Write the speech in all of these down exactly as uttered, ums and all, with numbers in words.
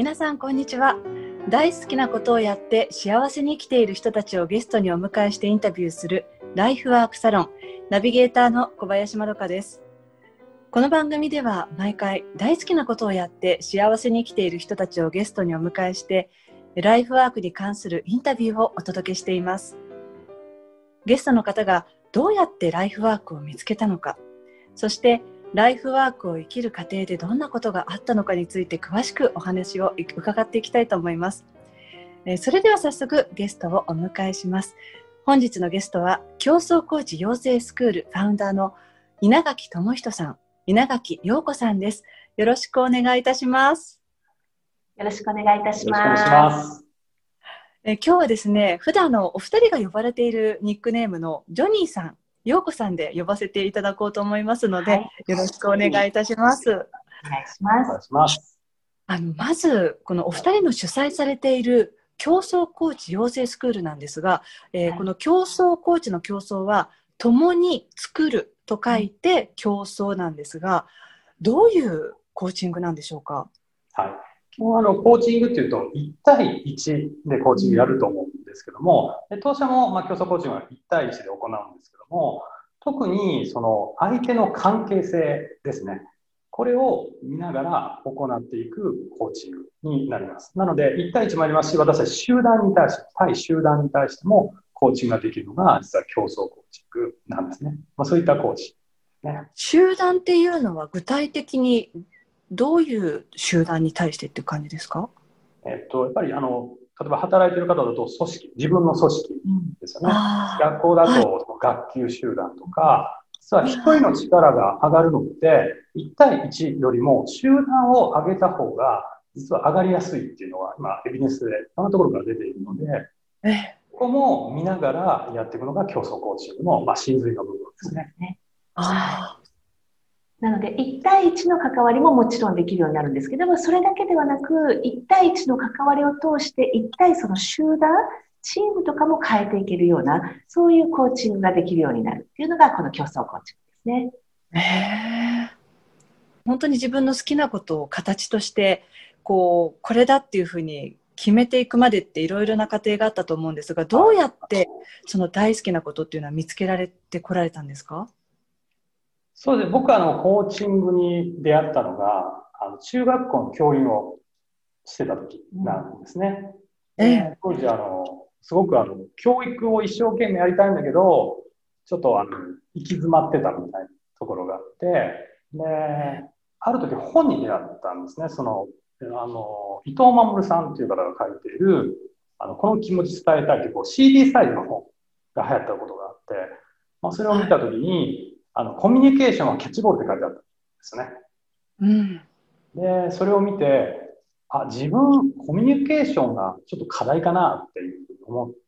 皆さんこんにちは。大好きなことをやって幸せに生きている人たちをゲストにお迎えしてインタビューするライフワークサロンナビゲーターの小林まどかです。この番組では毎回大好きなことをやって幸せに生きている人たちをゲストにお迎えしてライフワークに関するインタビューをお届けしています。ゲストの方がどうやってライフワークを見つけたのか、そしてライフワークを生きる過程でどんなことがあったのかについて詳しくお話を伺っていきたいと思います。それでは早速ゲストをお迎えします。本日のゲストは競争コーチ養成スクールファウンダーの稲垣智人さん、稲垣陽子さんです。よろしくお願いいたします。 よろしくお願いいたします。 よろしくお願いします。 え今日はですね、普段のお二人が呼ばれているニックネームのジョニーさん、陽子さんで呼ばせていただこうと思いますので、はい、よろしくお願いいたします。お願いします。 お願いします。 あのまずこのお二人の主催されている競争コーチ養成スクールなんですが、えーはい、この競争コーチの競争は共に作ると書いて競争なんですが、どういうコーチングなんでしょうか？ はい、基本あのコーチングっていうといち対いちでコーチングやると思うんですけども、で当社もまあ競争コーチングはいち対いちで行うんですけども、特にその相手の関係性ですね、これを見ながら行っていくコーチングになります。なのでいち対いちもありますし、私たち集団に対して、対集団に対してもコーチングができるのが実は競争コーチングなんですね。まあ、そういったコーチ、ね。 集団っていうのは具体的にどういう集団に対してっていう感じですか？ えっと、やっぱりあの例えば働いている方だと組織、自分の組織ですよね。うん、学校だと学級集団とか、はい、実は一人の力が上がるのっていち対いちよりも集団を上げた方が実は上がりやすいっていうのは今エビデンスでいろんなところから出ているので、ここも見ながらやっていくのが競争コーチングの、まあ、真髄の部分ですね。 あなのでいち対いちの関わりももちろんできるようになるんですけども、それだけではなくいち対いちの関わりを通していち対その集団チームとかも変えていけるような、そういうコーチングができるようになるっていうのがこの競争コーチングですね。 へー、本当に自分の好きなことを形としてこうこれだっていうふうに決めていくまでっていろいろな過程があったと思うんですが、どうやってその大好きなことっていうのは見つけられてこられたんですか？ そうです。僕はあのコーチングに出会ったのがあの中学校の教員をしてた時なんですね。うん、で当時あのすごくあの教育を一生懸命やりたいんだけど、ちょっとあの行き詰まってたみたいなところがあって、である時本に出会ったんですね。そのあの伊藤守さんという方が書いているあのこの気持ち伝えたいという シーディー サイズの本が流行ったことがあって、まあ、それを見た時に、はいあのコミュニケーションはキャッチボールって書いてあったんですね。 うん、 でそれを見て、あ自分コミュニケーションがちょっと課題かなっていうふうに思って、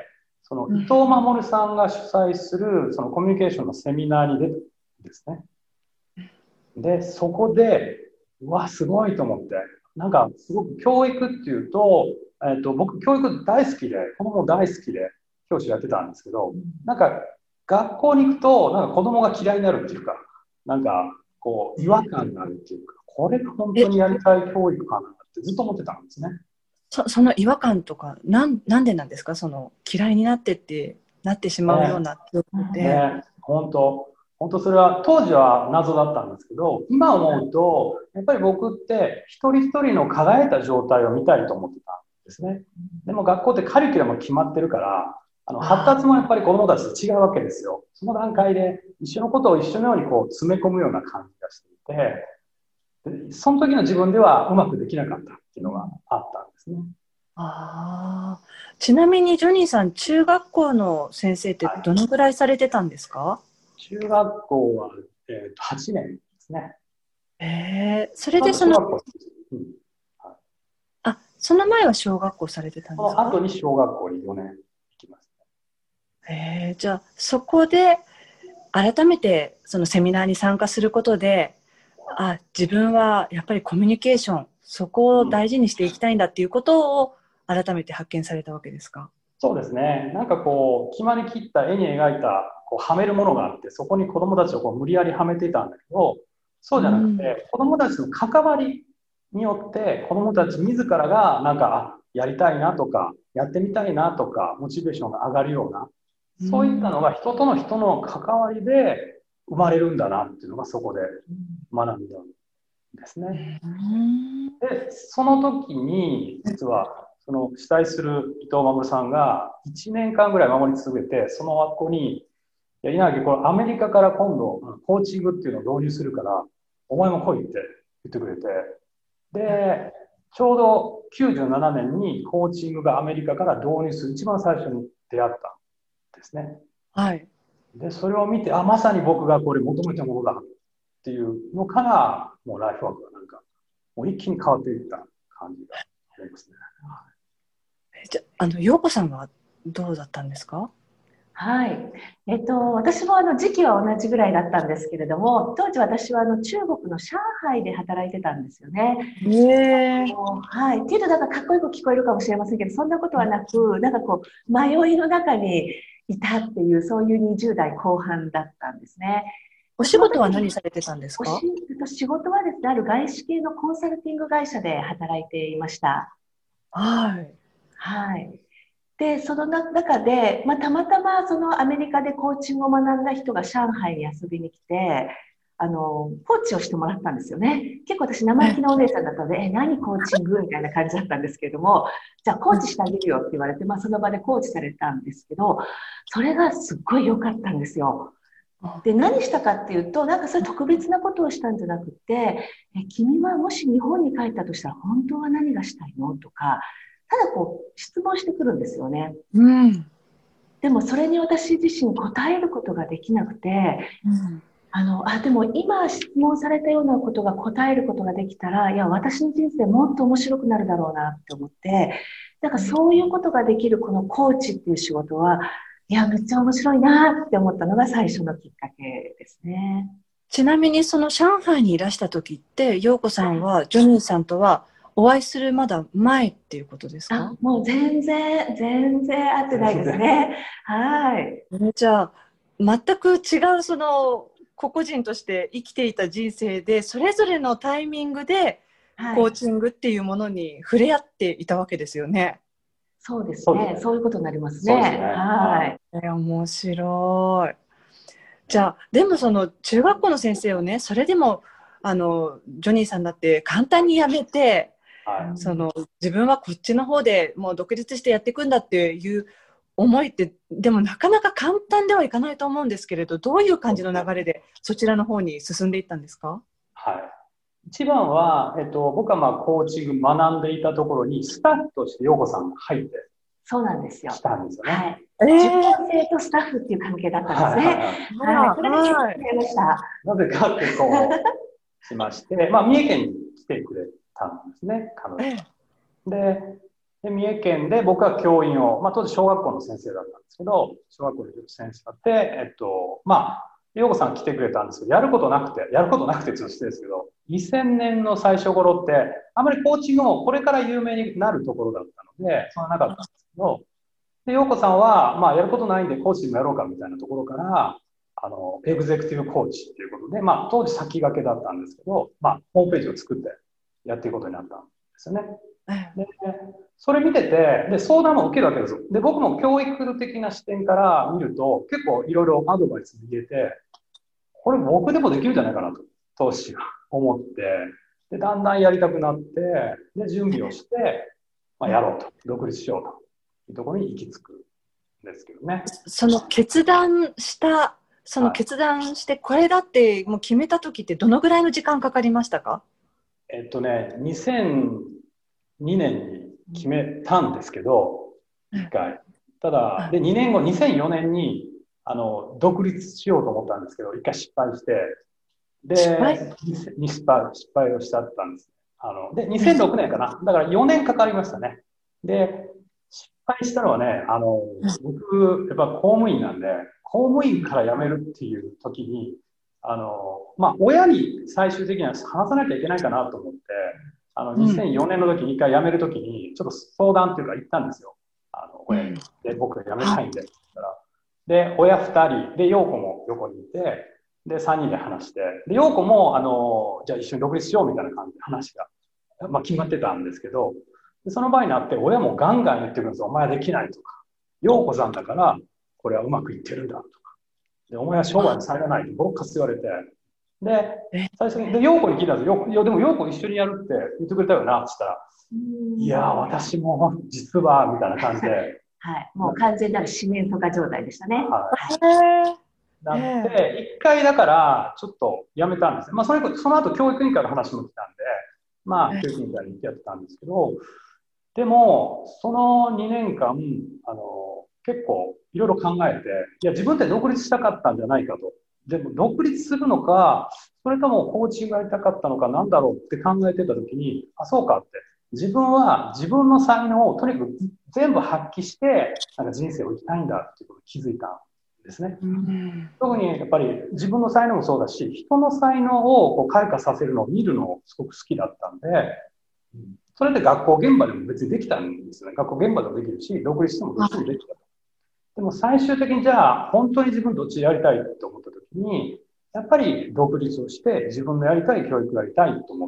その伊藤守さんが主催するそのコミュニケーションのセミナーに出たんですね。でそこでうわすごいと思って、なんかすごく教育っていうと、えっと、僕教育大好きで子供大好きで教師やってたんですけど、なんか学校に行くとなんか子供が嫌いになるっていうか、なんかこう違和感があるっていうか、これが本当にやりたい教育かなってずっと思ってたんですね。 そ, その違和感とか な, なんでなんですか？その嫌いになってってなってしまうような記憶って、 ねね、本当本当それは当時は謎だったんですけど、今思うとやっぱり僕って一人一人の輝いた状態を見たいと思ってたんですね。でも学校ってカリキュラム決まってるから、あの発達もやっぱり子どもたちと違うわけですよ。その段階で一緒のことを一緒のようにこう詰め込むような感じがしていて、その時の自分ではうまくできなかったっていうのがあったんですね。 あちなみにジョニーさん、中学校の先生ってどのぐらいされてたんですか？はい、 中学校は、えー、とはちねんですね。 えー、それでその、うんはい、あその前は小学校されてたんですか？ その後に小学校によねん行きました。 えー、じゃあそこで改めてそのセミナーに参加することで、あ自分はやっぱりコミュニケーション、そこを大事にしていきたいんだっていうことを改めて発見されたわけですか？ そうですね。なんかこう決まりきった絵に描いたこうはめるものがあって、そこに子どもたちをこう無理やりはめていたんだけど、そうじゃなくて、うん、子どもたちの関わりによって子どもたち自らがなんか、あ、やりたいなとか、やってみたいなとか、モチベーションが上がるような、そういったのが人との人の関わりで生まれるんだなっていうのがそこで学んだんですね。で、その時に実はその主催する伊藤守さんがいちねんかんぐらい守り続けて、その学校に、いや、稲垣、これアメリカから今度コーチングっていうのを導入するから、お前も来いって言ってくれて、で、ちょうどきゅうじゅうななねんにコーチングがアメリカから導入する一番最初に出会ったんですね。 はい。 で、それを見て、あ、まさに僕がこれ求めたものだっていうのから、もうライフワークがなんか、もう一気に変わっていった感じがありますね。 えじゃあ、あの、陽子さんはどうだったんですか？ はい。えっと、私もあの時期は同じぐらいだったんですけれども、当時私はあの中国の上海で働いてたんですよね。 へー。 はい。っていうと、なんかかっこよく聞こえるかもしれませんけど、そんなことはなく、なんかこう、迷いの中にいたっていう、そういうにじゅう代後半だったんですね。 お仕事は何されてたんですか？ お仕仕事はですね、ある外資系のコンサルティング会社で働いていました。 はい。 はい。で、その中で、まあ、たまたまそのアメリカでコーチングを学んだ人が上海に遊びに来て、あの、コーチをしてもらったんですよね。結構私生意気なお姉さんだったので、え、何コーチングみたいな感じだったんですけれども、じゃあコーチしてあげるよって言われて、まあその場でコーチされたんですけど、それがすっごい良かったんですよ。で、何したかっていうと、なんかそれ特別なことをしたんじゃなくて、え、君はもし日本に帰ったとしたら本当は何がしたいのとか、ただこう質問してくるんですよね。 うん。 でもそれに私自身答えることができなくて、 うん、 あの、あ、でも今質問されたようなことが答えることができたら、いや、私の人生もっと面白くなるだろうなって思って、なんかそういうことができるこのコーチっていう仕事は、いや、めっちゃ面白いなって思ったのが最初のきっかけですね。 ちなみにその上海にいらした時って、陽子さんはジョニーさんとはお会いするまだ前っていうことですか？ あ、もう全然、全然合ってないですね。はい。 じゃあ、全く違うその個々人として生きていた人生で、それぞれのタイミングでコーチングっていうものに触れ合っていたわけですよね。 そうですね。そういうことになりますね。 そうですね。 はい。 え、面白い。じゃあ、でもその中学校の先生をね、それでもあのジョニーさんだって簡単に辞めて、 はい、 その自分はこっちの方でもう独立してやっていくんだっていう思いって、でもなかなか簡単ではいかないと思うんですけれど、どういう感じの流れでそちらの方に進んでいったんですか？ はい。一番は、えっと、僕はまあコーチング学んでいたところにスタッフとして陽子さんが入ってそうなんですよ。 きたんですよね。 はい。 えー、 受講生とスタッフっていう関係だったんですね。はい。それで聞いてくれました。 なぜかってこうしまして、まあ三重県に来てくれたんですね、彼女。で、で三重県で僕は教員を、まあ当時小学校の先生だったんですけど、小学校の先生だって、えっと、まあ、陽子さん来てくれたんですけど、やることなくて、やることなくてちょっと失礼ですけど、にせんねんの最初頃って、あまりコーチングもこれから有名になるところだったので、そんななかったんですけど、で、陽子さんは、まあ、やることないんでコーチングやろうかみたいなところから、あの、エグゼクティブコーチっていうことで、まあ、当時先駆けだったんですけど、まあ、ホームページを作ってやっていくことになったんですよね。で、それ見てて、で、相談も受けるわけですよ。で、僕も教育的な視点から見ると、結構いろいろアドバイス入れて、これ僕でもできるんじゃないかなと、当時は思って、で、だんだんやりたくなって、で、準備をして、まあ、やろうと、独立しようというところに行き着くんですけどね。 その決断した、その決断してこれだってもう決めた時ってどのぐらいの時間かかりましたか？ えっとね、にせんにねんに決めたんですけど、一回。ただ、で、にねんご、にせんよねんに、あの、独立しようと思ったんですけど、一回失敗して、で、失敗に失敗、失敗をしちゃったんです。あの、で、にせんろくねんかな。だからよねんかかりましたね。で、失敗したのはね、あの、僕、やっぱ公務員なんで、公務員から辞めるっていう時に、あの、まあ、親に最終的には話さなきゃいけないかなと思って、あの、にせんよねんの時に一回辞める時に、ちょっと相談っていうか言ったんですよ。あの、親に。で、僕が辞めたいんで。で、親二人、で、陽子も横にいて、で、三人で話して、で、陽子も、あの、じゃあ一緒に独立しようみたいな感じで話がまあ、決まってたんですけど、でその場合になって親もガンガン言ってくるんですよ。お前はできないとか、陽子さんだからこれはうまくいってるんだとか、でお前は商売にされないとボロカス言われて、で、最初に、で、陽子に聞いたんですよ。いや、でも陽子一緒にやるって言ってくれたよなって言ったら、いや、私も実は、みたいな感じで。 はい。もう完全なる四面楚歌状態でしたね。 はい。 へなって、一回だから、ちょっとやめたんですね。まあ、それ、その後、教育委員会の話も来たんで、まあ、教育委員会に行ってやってたんですけど、でも、そのにねんかん、あの、結構、いろいろ考えて、いや、自分って独立したかったんじゃないかと。でも、独立するのか、それともコーチングやりたかったのか、なんだろうって考えてたときに、あ、そうかって。自分は自分の才能をとにかく全部発揮して、なんか人生を生きたいんだっていうことに気づいたんですね。うん、特にやっぱり自分の才能もそうだし、人の才能をこう開花させるのを見るのをすごく好きだったんで、うん、それで学校現場でも別にできたんですよね。学校現場でもできるし、独立してもどっちもできた。でも最終的にじゃあ、本当に自分どっちやりたいと思ったときに、やっぱり独立をして自分のやりたい教育をやりたいと思って、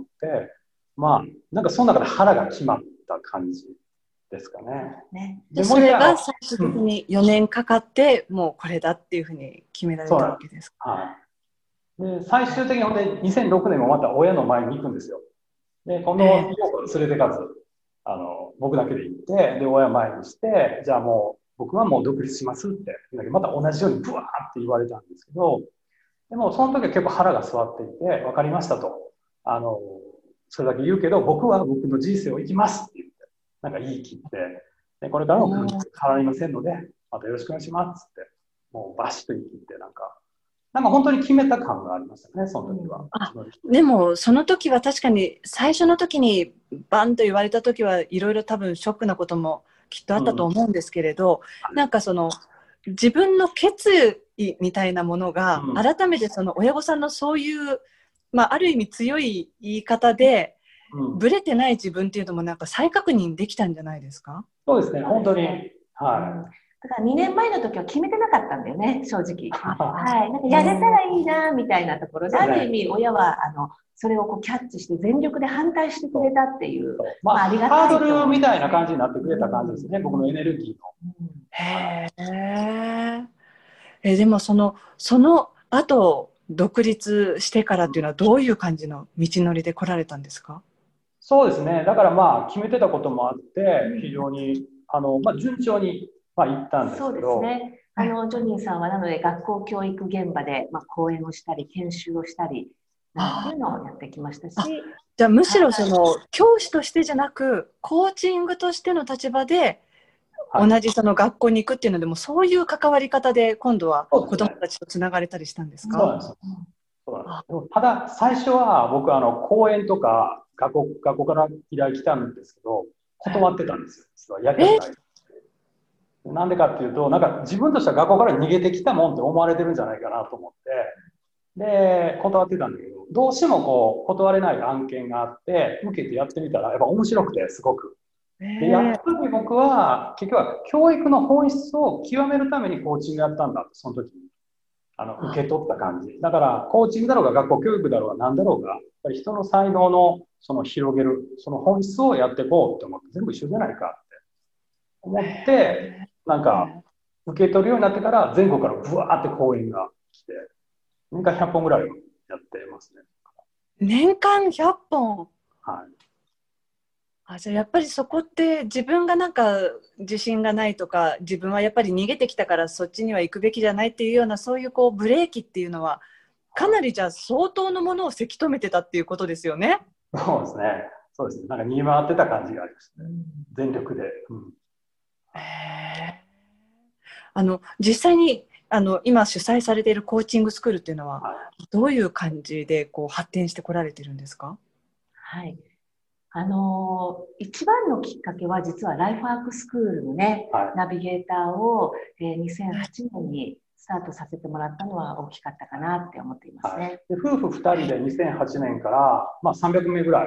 まあ、なんかその中で腹が決まった感じですかね。 ねでそれが最終的によねんかかって、うん、もうこれだっていうふうに決められたわけですか。 はい。で、最終的にほんでにせんろくねんもまた親の前に行くんですよ。で、今度、陽子を連れてかず、あの、僕だけで行って、で、親前にして、じゃあもう、僕はもう独立しますって、また同じようにブワーって言われたんですけど、でもその時は結構腹が据わっていて、分かりましたと。あの、それだけ言うけど、僕は僕の人生を生きますって言って、なんか言い切って、でこれからも変わりませんので、またよろしくお願いしますって、もうバシッと言い切って、なんか、なんか本当に決めた感がありましたね、その時は。 あ、でも、その時は確かに、最初の時にバンと言われた時はいろいろ多分ショックなこともきっとあったと思うんですけれど、うん、なんかその、自分の決意みたいなものが、うん、改めてその親御さんのそういう、まあ、ある意味強い言い方で、うん、ブレてない自分っていうのもなんか再確認できたんじゃないですか？ そうですね、本当に。はい。 だからにねんまえの時は決めてなかったんだよね、正直。はい。なんかやれたらいいな、みたいなところで、ある意味親は、あの、それをこうキャッチして全力で反対してくれたっていう。 まあ、まあ、ありがたい、ハードルみたいな感じになってくれた感じですね、うん、僕のエネルギーの。うん、 へー。え、でもその、その後、独立してからっていうのはどういう感じの道のりで来られたんですか？ そうですね。だからまあ、決めてたこともあって、非常に、あの、まあ、順調に、まあ、行ったんですけど。 そうですね。あの、ジョニーさんは、なので、学校教育現場で、まあ、講演をしたり、研修をしたり、なんていうのをやってきましたし。 じゃあ、むしろその、教師としてじゃなく、コーチングとしての立場で、同じその学校に行くっていうのでも、そういう関わり方で、今度は子供たちとつながれたりしたんですか？ そうなんです。そうなんです。ただ、最初は、僕、あの、講演とか、学校、学校から依頼来たんですけど、断ってたんですよ。実はやりたくない。なんでかっていうと、なんか自分としては学校から逃げてきたもんって思われてるんじゃないかなと思って、で、断ってたんだけど、どうしてもこう、断れない案件があって、受けてやってみたら、やっぱ面白くて、すごく。で、やっぱり僕は、結局は教育の本質を極めるためにコーチングやったんだって、その時に。あの、受け取った感じ。だから、コーチングだろうが、学校教育だろうが、何だろうが、やっぱり人の才能の、その広げる、その本質をやっていこうって思って、全部一緒じゃないかって思って、なんか、受け取るようになってから、全国からブワーって講演が来て、年間ひゃっぽんぐらいやってますね。 年間ひゃっぽん。 はい。 あ、じゃあやっぱりそこって自分がなんか自信がないとか、自分はやっぱり逃げてきたからそっちには行くべきじゃないっていうような、そういうこうブレーキっていうのはかなりじゃあ相当のものをせき止めてたっていうことですよね。 そうですね。そうですね。なんか逃げ回ってた感じがありますね。全力で。うん、 へー。あの実際にあの今主催されているコーチングスクールっていうのは、はい、どういう感じでこう発展してこられてるんですか？ はい。あのー、一番のきっかけは実はライフワークスクールのね、はい、ナビゲーターを、えー、にせんはちねんにスタートさせてもらったのは大きかったかなって思っていますね。 はい、で夫婦ふたりでにせんはちねんから、まあ、さんびゃくめいぐらい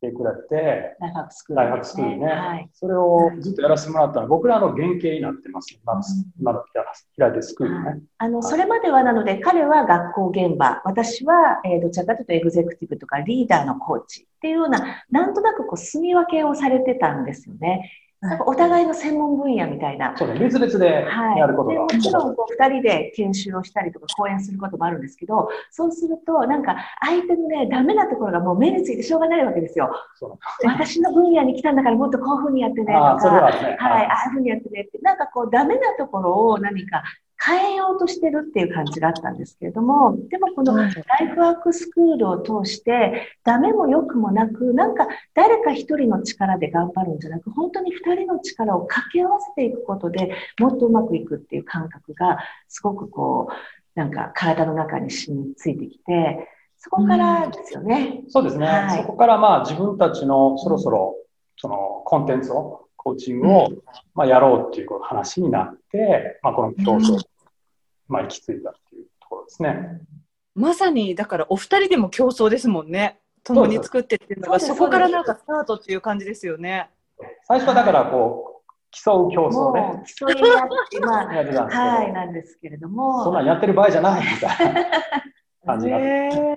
てくれて、 ライフハックスクーライフハックルですね。 スクールね、 はい。 それをずっとやらせてもらったのは、僕らの原型になってます。今の、 うん今の開いてるスクールね。 はいあの、 はいそれまではなので、彼は学校現場、私は、えーどちらかというとエグゼクティブとかリーダーのコーチっていうような、なんとなくこう住み分けをされてたんですよね。なんかお互いの専門分野みたいな。 そうね、別々でやるこはい。で、 とが。 もちろん、こう、二人で研修をしたりとか講演することもあるんですけど、そうすると、なんか、相手のね、ダメなところがもう目についてしょうがないわけですよ。 そう私の分野に来たんだからもっとこういうふうにやってねとああ、それか、 はあるね。 はい、ああいうふうにやってねって、なんかこう、ダメなところを何か変えようとしてるっていう感じがあったんですけれども、でもこのライフワークスクールを通して、ダメも良くもなく、なんか誰か一人の力で頑張るんじゃなく、本当に二人の力を掛け合わせていくことでもっとうまくいくっていう感覚が、すごくこう、なんか体の中に染みついてきて、そこからですよね。 そうですね。 はいそこからまあ自分たちのそろそろそのコンテンツを、コーチングをまあやろうっていう話になって、まあこの競争、まあ行き着いたっていうところですね。 まさにだからお二人でも競争ですもんね。共に作ってっていうのが、そこからなんかスタートっていう感じですよね。 最初はだからこう競う競争で、 もう競い合ってまあやってたんですけど、 はいなんですけれども、 そんなんやってる場合じゃないみたいな感じがあって、 えー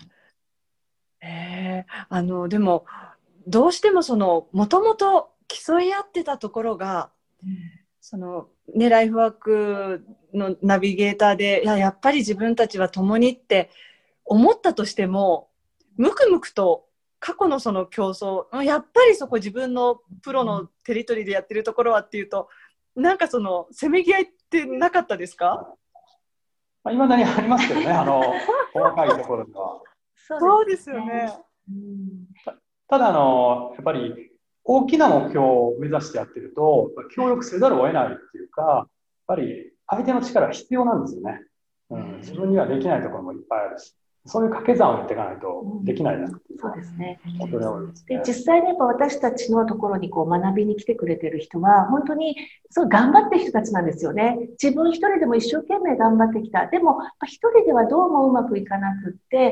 えー、あのでもどうしてもそのもともと競い合ってたところが、そのね、ライフワークのナビゲーターで、いや、やっぱり自分たちは共にって思ったとしても、むくむくと過去のその競争、やっぱりそこ自分のプロのテリトリーでやってるところはっていうと、なんかそのせめぎ合いってなかったですか？ まあ、未だにありますけどね、あの細かいところでは。 そうですよね。 うんただあのやっぱり大きな目標を目指してやってると協力せざるを得ないっていうか、やっぱり相手の力が必要なんですよね、うん、自分にはできないところもいっぱいあるし、そういう掛け算をやっていかないとできないなっていう、 そうですね。 それは多いですね。 で、実際にやっぱ私たちのところにこう学びに来てくれてる人は、本当にそう頑張ってる人たちなんですよね。自分一人でも一生懸命頑張ってきた。でも、一人ではどうもうまくいかなくって、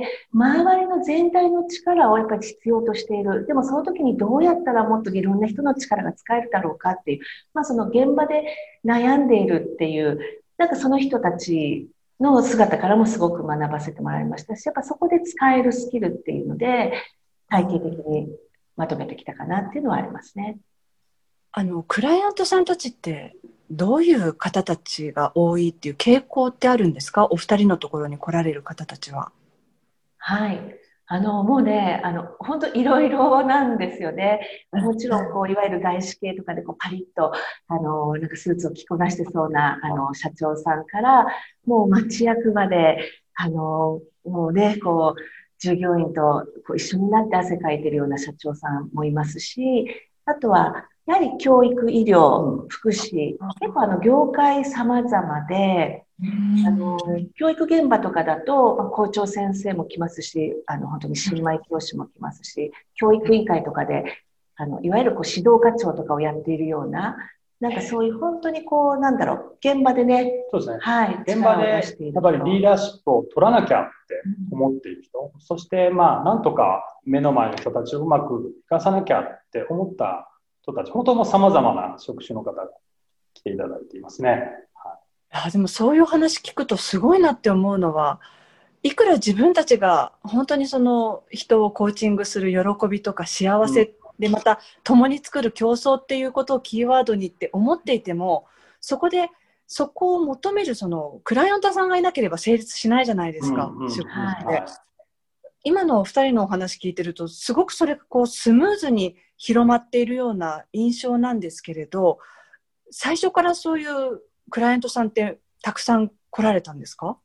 周りの全体の力をやっぱり必要としている。でもその時にどうやったらもっといろんな人の力が使えるだろうかっていう、まあその現場で悩んでいるっていう、なんかその人たちの姿からもすごく学ばせてもらいましたし、やっぱそこで使えるスキルっていうので、体系的にまとめてきたかなっていうのはありますね。 あのクライアントさんたちってどういう方たちが多いっていう傾向ってあるんですか？お二人のところに来られる方たちは。 はい。あの、もうね、あの、本当いろいろなんですよね。もちろん、こう、いわゆる外資系とかで、こう、パリッと、あの、なんかスーツを着こなしてそうな、あの、社長さんから、もう町役場で、あの、もうね、こう、従業員とこう一緒になって汗かいてるような社長さんもいますし、あとは、やはり教育、医療、福祉、結構あの、業界様々で、あの、教育現場とかだと、まあ、校長先生も来ますし、あの、本当に新米教師も来ますし、教育委員会とかで、あの、いわゆるこう指導課長とかをやっているような、なんかそういう本当にこう、なんだろう、現場でね、 そうですね。 はい、 現場でやっぱりリーダーシップを取らなきゃって思っている人、うん、そしてまあ、なんとか目の前の人たちをうまく生かさなきゃって思った人たち、本当も様々な職種の方が来ていただいていますね。 あ、でもそういう話聞くとすごいなって思うのは、いくら自分たちが本当にその人をコーチングする喜びとか幸せで、また共に作る競争っていうことをキーワードにって思っていても、そこでそこを求めるそのクライアントさんがいなければ成立しないじゃないですか、 うんうん、 仕事はいで。今のお二人のお話聞いてると、すごくそれがこうスムーズに広まっているような印象なんですけれど、最初からそういうクライアントさんってたくさん来られたんですか？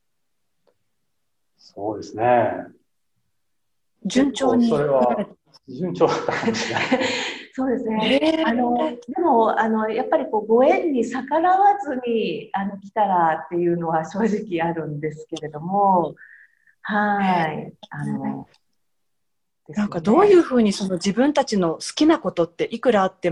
そうですね。 順調に。 それは順調だったかもしれない。 そうですね。あの、でも、あの、やっぱりこう、ご縁に逆らわずに、あの、来たらっていうのは正直あるんですけれども、はい。あの、 なんかどういうふうにその自分たちの好きなことっていくらあっても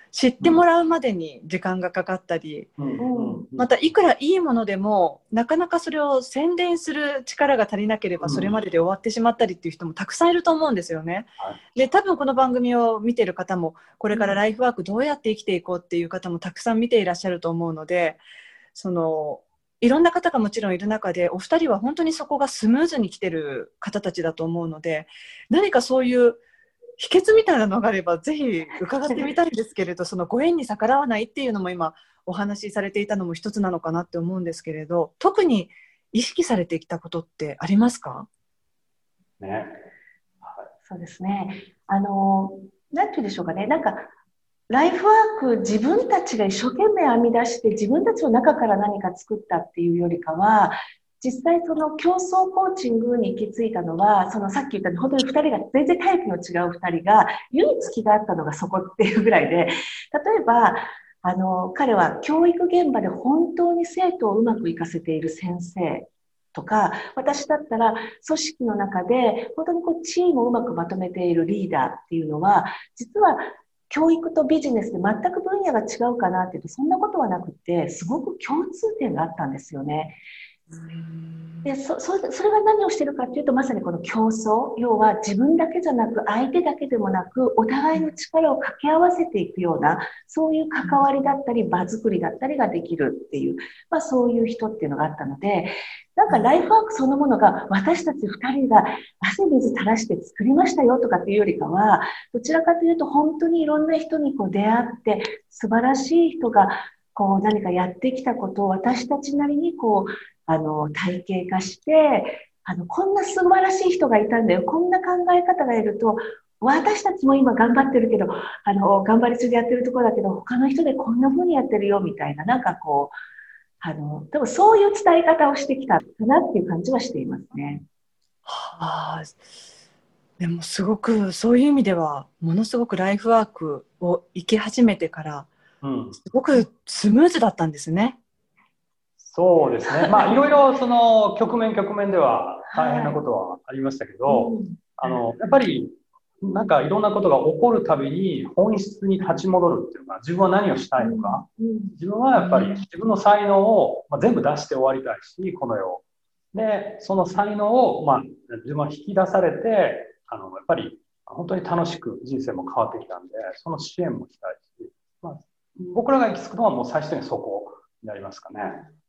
知ってもらうまでに時間がかかったり、 うんうん、 またいくらいいものでもなかなかそれを宣伝する力が足りなければそれまでで終わってしまったりっていう人もたくさんいると思うんですよね。で、多分この番組を見ている方もこれからライフワークどうやって生きていこうっていう方もたくさん見ていらっしゃると思うので、そのいろんな方がもちろんいる中でお二人は本当にそこがスムーズに来てる方たちだと思うので、何かそういう秘訣みたいなのがあればぜひ伺ってみたいんですけれど、そのご縁に逆らわないっていうのも今お話しされていたのも一つなのかなって思うんですけれど、特に意識されてきたことってありますか？ ね、はい、 そうですね。あの、なんて言うんでしょうかね。なんか、ライフワーク自分たちが一生懸命編み出して自分たちの中から何か作ったっていうよりかは、実際その競争コーチングに行き着いたのは、そのさっき言ったように本当にふたりが全然タイプの違うふたりが唯一気があったのがそこっていうぐらいで、例えば、あの、彼は教育現場で本当に生徒をうまくいかせている先生とか、私だったら組織の中で本当にこうチームをうまくまとめているリーダーっていうのは、実は教育とビジネスで全く分野が違うかなっていうと、そんなことはなくて、すごく共通点があったんですよね。で、そ、そ、それが何をしてるかっていうと、まさにこの競争、要は自分だけじゃなく、相手だけでもなく、お互いの力を掛け合わせていくような、そういう関わりだったり、場作りだったりができるっていう、まあそういう人っていうのがあったので、なんかライフワークそのものが私たち二人が汗水垂らして作りましたよとかっていうよりかは、どちらかというと本当にいろんな人にこう出会って、素晴らしい人がこう何かやってきたことを私たちなりにこう、あの、体系化して、あの、こんな素晴らしい人がいたんだよ。こんな考え方がいると、私たちも今頑張ってるけど、あの、頑張り中でやってるところだけど、他の人でこんな風にやってるよ、みたいな、なんかこう、あの、でもそういう伝え方をしてきたかなっていう感じはしていますね。 はあ、でもすごくそういう意味では、ものすごくライフワークを生き始めてから、すごくスムーズだったんですね。 そうですね。まあ、いろいろその局面局面では大変なことはありましたけど、はい、あの、やっぱり、なんかいろんなことが起こるたびに本質に立ち戻るっていうか、自分は何をしたいのか、自分はやっぱり自分の才能を、まあ、全部出して終わりたいし、この世で、その才能を、まあ、自分は引き出されて、あの、やっぱり本当に楽しく人生も変わってきたんで、その支援もしたいし、まあ、僕らが行き着くのはもう最終的にそこになりますかね。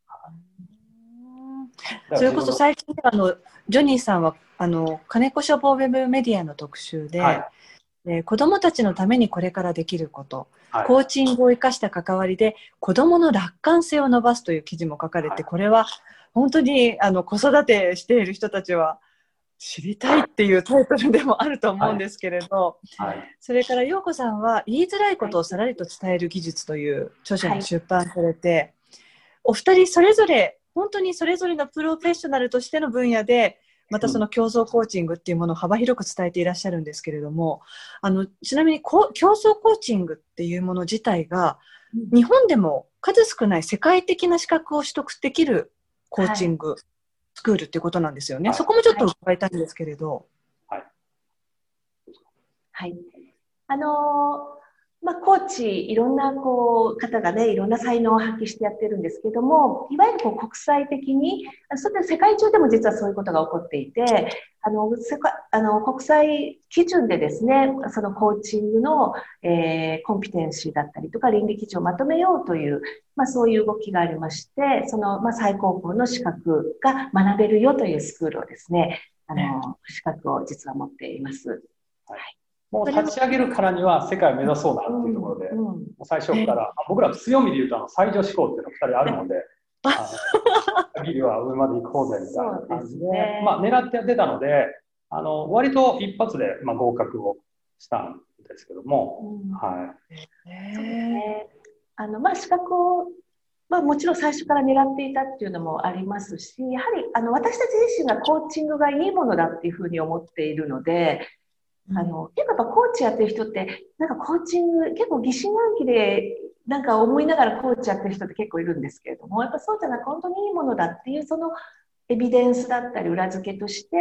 それこそ最近あのジョニーさんはあの金子書房ウェブメディアの特集で、はい、で子どもたちのためにこれからできること、はい、コーチングを生かした関わりで子どもの楽観性を伸ばすという記事も書かれて、はい、これは本当にあの子育てしている人たちは知りたいっていうタイトルでもあると思うんですけれど、はいはい、それから陽子さんは言いづらいことをさらりと伝える技術という著書も出版されて、はい、お二人それぞれ本当にそれぞれのプロフェッショナルとしての分野でまたその競争コーチングっていうものを幅広く伝えていらっしゃるんですけれども、あのちなみにこ競争コーチングっていうもの自体が日本でも数少ない世界的な資格を取得できるコーチングスクールっていうことなんですよね、はい、そこもちょっと伺いたいんですけれど。 はい、はい、あのーまあ、コーチ、いろんなこう方がね、いろんな才能を発揮してやってるんですけども、いわゆるこう国際的に、それで世界中でも実はそういうことが起こっていて、あの、世界、あの、国際基準でですね、そのコーチングの、えー、コンピテンシーだったりとか倫理基準をまとめようという、まあそういう動きがありまして、その、まあ最高峰の資格が学べるよというスクールをですね、あの、資格を実は持っています。はい。 もう立ち上げるからには世界を目指そうだっていうところで、うんうん、最初から、僕ら強みで言うとあの最女志向っていうのがふたりあるので、限りは上まで行こうぜみたいな感じで、でね、まあ狙ってやってたので、あの割と一発でまあ合格をしたんですけども、うん、はい。 そうですね。あのまあ資格をまあもちろん最初から狙っていたっていうのもありますし、やはりあの私たち自身がコーチングがいいものだっていうふうに思っているので。あの、結構やっぱコーチやってる人って、なんかコーチング、結構疑心暗鬼で、なんか思いながらコーチやってる人って結構いるんですけれども、やっぱそうじゃなく本当にいいものだっていう、そのエビデンスだったり裏付けとして、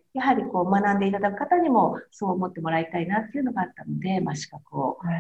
やはりこう学んでいただく方にもそう思ってもらいたいなっていうのがあったので、まあ資格を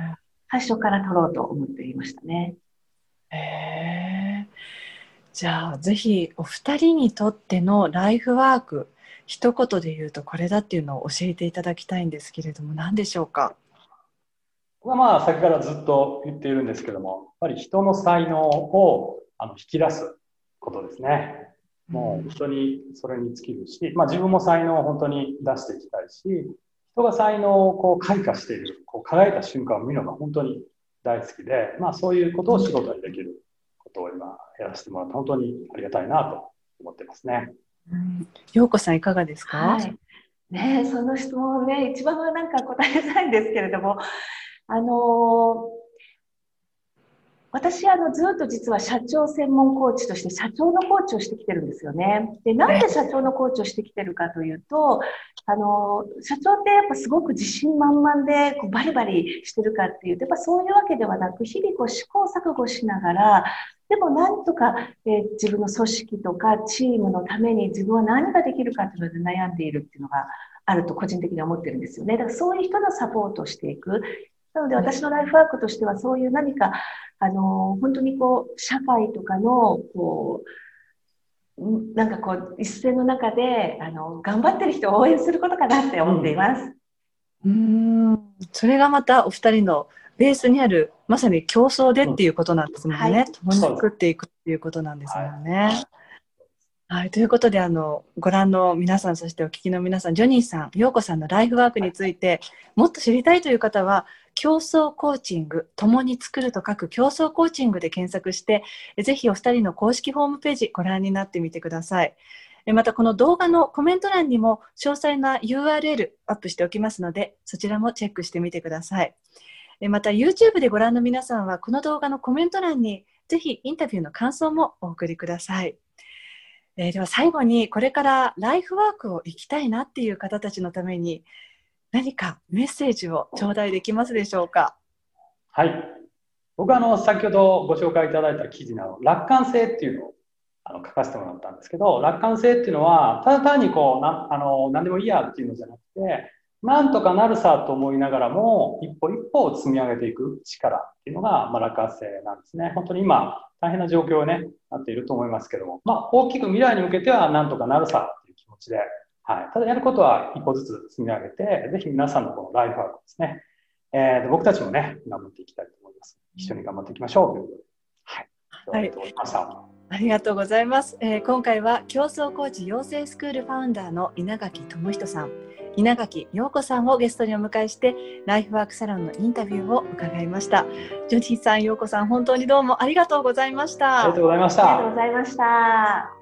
最初から取ろうと思っていましたね。 へー。じゃあぜひお二人にとってのライフワーク、一言で言うとこれだっていうのを教えていただきたいんですけれども、何でしょうか？ 僕はまあ先からずっと言っているんですけども、やっぱり人の才能をあの引き出すことですね。もう人にそれに尽きるし、まあ、自分も才能を本当に出していきたいし、人が才能をこう開花している、こう輝いた瞬間を見るのが本当に大好きで、まあ、そういうことを仕事にできることを今やらせてもらって本当にありがたいなと思ってますね。 うん、陽子さんいかがですか？ はい。ね、その質問ね、一番はなんか答えづらいんですけれども、あのー私、あの、ずっと実は社長専門コーチとして社長のコーチをしてきてるんですよね。で、なんで社長のコーチをしてきてるかというと、あの、社長ってやっぱすごく自信満々でこうバリバリしてるかっていうと、やっぱそういうわけではなく、日々こう試行錯誤しながら、でもなんとか、えー自分の組織とかチームのために自分は何ができるかっていうので悩んでいるっていうのがあると個人的には思ってるんですよね。だからそういう人のサポートをしていく。なので私のライフワークとしてはそういう何かあの、本当にこう、社会とかの、こう、なんかこう、一線の中で、あの、頑張ってる人を応援することかなって思っています。 うーん、それがまたお二人のベースにある、まさに競争でっていうことなんですもんね。うん、はい、共に作っていくっていうことなんですもんね。はいはい、ということで、あの、ご覧の皆さん、そしてお聞きの皆さん、ジョニーさん、陽子さんのライフワークについて、もっと知りたいという方は、競争コーチング、共に作ると書く競争コーチングで検索して、ぜひお二人の公式ホームページご覧になってみてください。また、この動画のコメント欄にも詳細な ユーアールエル アップしておきますので、そちらもチェックしてみてください。また、YouTube でご覧の皆さんは、この動画のコメント欄に、ぜひインタビューの感想もお送りください。えー、では最後にこれからライフワークを生きたいなっていう方たちのために何かメッセージを頂戴できますでしょうか？ はい。僕はあの先ほどご紹介いただいた記事の楽観性っていうのをあの書かせてもらったんですけど、楽観性っていうのはただ単にこうなあの何でもいいやっていうのじゃなくて、なんとかなるさと思いながらも一歩一歩を積み上げていく力っていうのが、まあ、楽観性なんですね。本当に今大変な状況に、ね、なっていると思いますけども、まあ、大きく未来に向けてはなんとかなるさっていう気持ちで、はい、ただやることは一歩ずつ積み上げて、ぜひ皆さんのこのライフワークですね、えー、で僕たちもね頑張っていきたいと思います。一緒に頑張っていきましょうということで、はい、ありがとうございました。はい、 ありがとうございます。えー、今回は競争コーチ養成スクールファウンダーの稲垣智人さん、稲垣陽子さんをゲストにお迎えしてライフワークサロンのインタビューを伺いました。ジョニーさん、陽子さん、本当にどうもありがとうございました。 ありがとうございました。 ありがとうございました。